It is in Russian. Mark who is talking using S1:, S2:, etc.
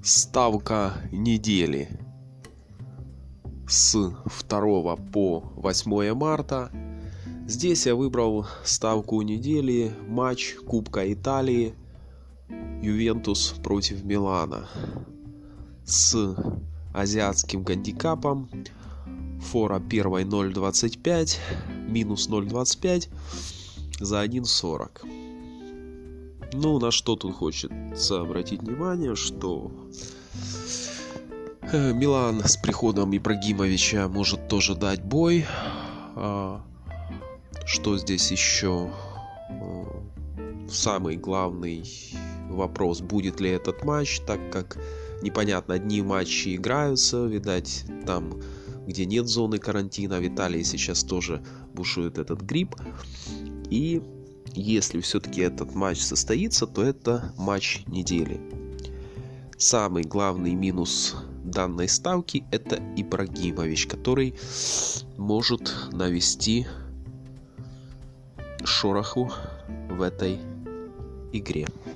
S1: Ставка недели с 2 по 8 марта. Здесь я выбрал ставку недели: матч Кубка Италии Ювентус против Милана с азиатским гандикапом. Фора первой 0.25, минус 0.25 за 1.40. На что тут хочется обратить внимание, что Милан с приходом Ибрагимовича может тоже дать бой. Что здесь еще? Самый главный вопрос: будет ли этот матч, так как непонятно, одни матчи играются, видать, там, где нет зоны карантина. В Италии сейчас тоже бушует этот грипп. И если все-таки этот матч состоится, то это матч недели. Самый главный минус данной ставки — это Ибрагимович, который может навести шороху в этой игре.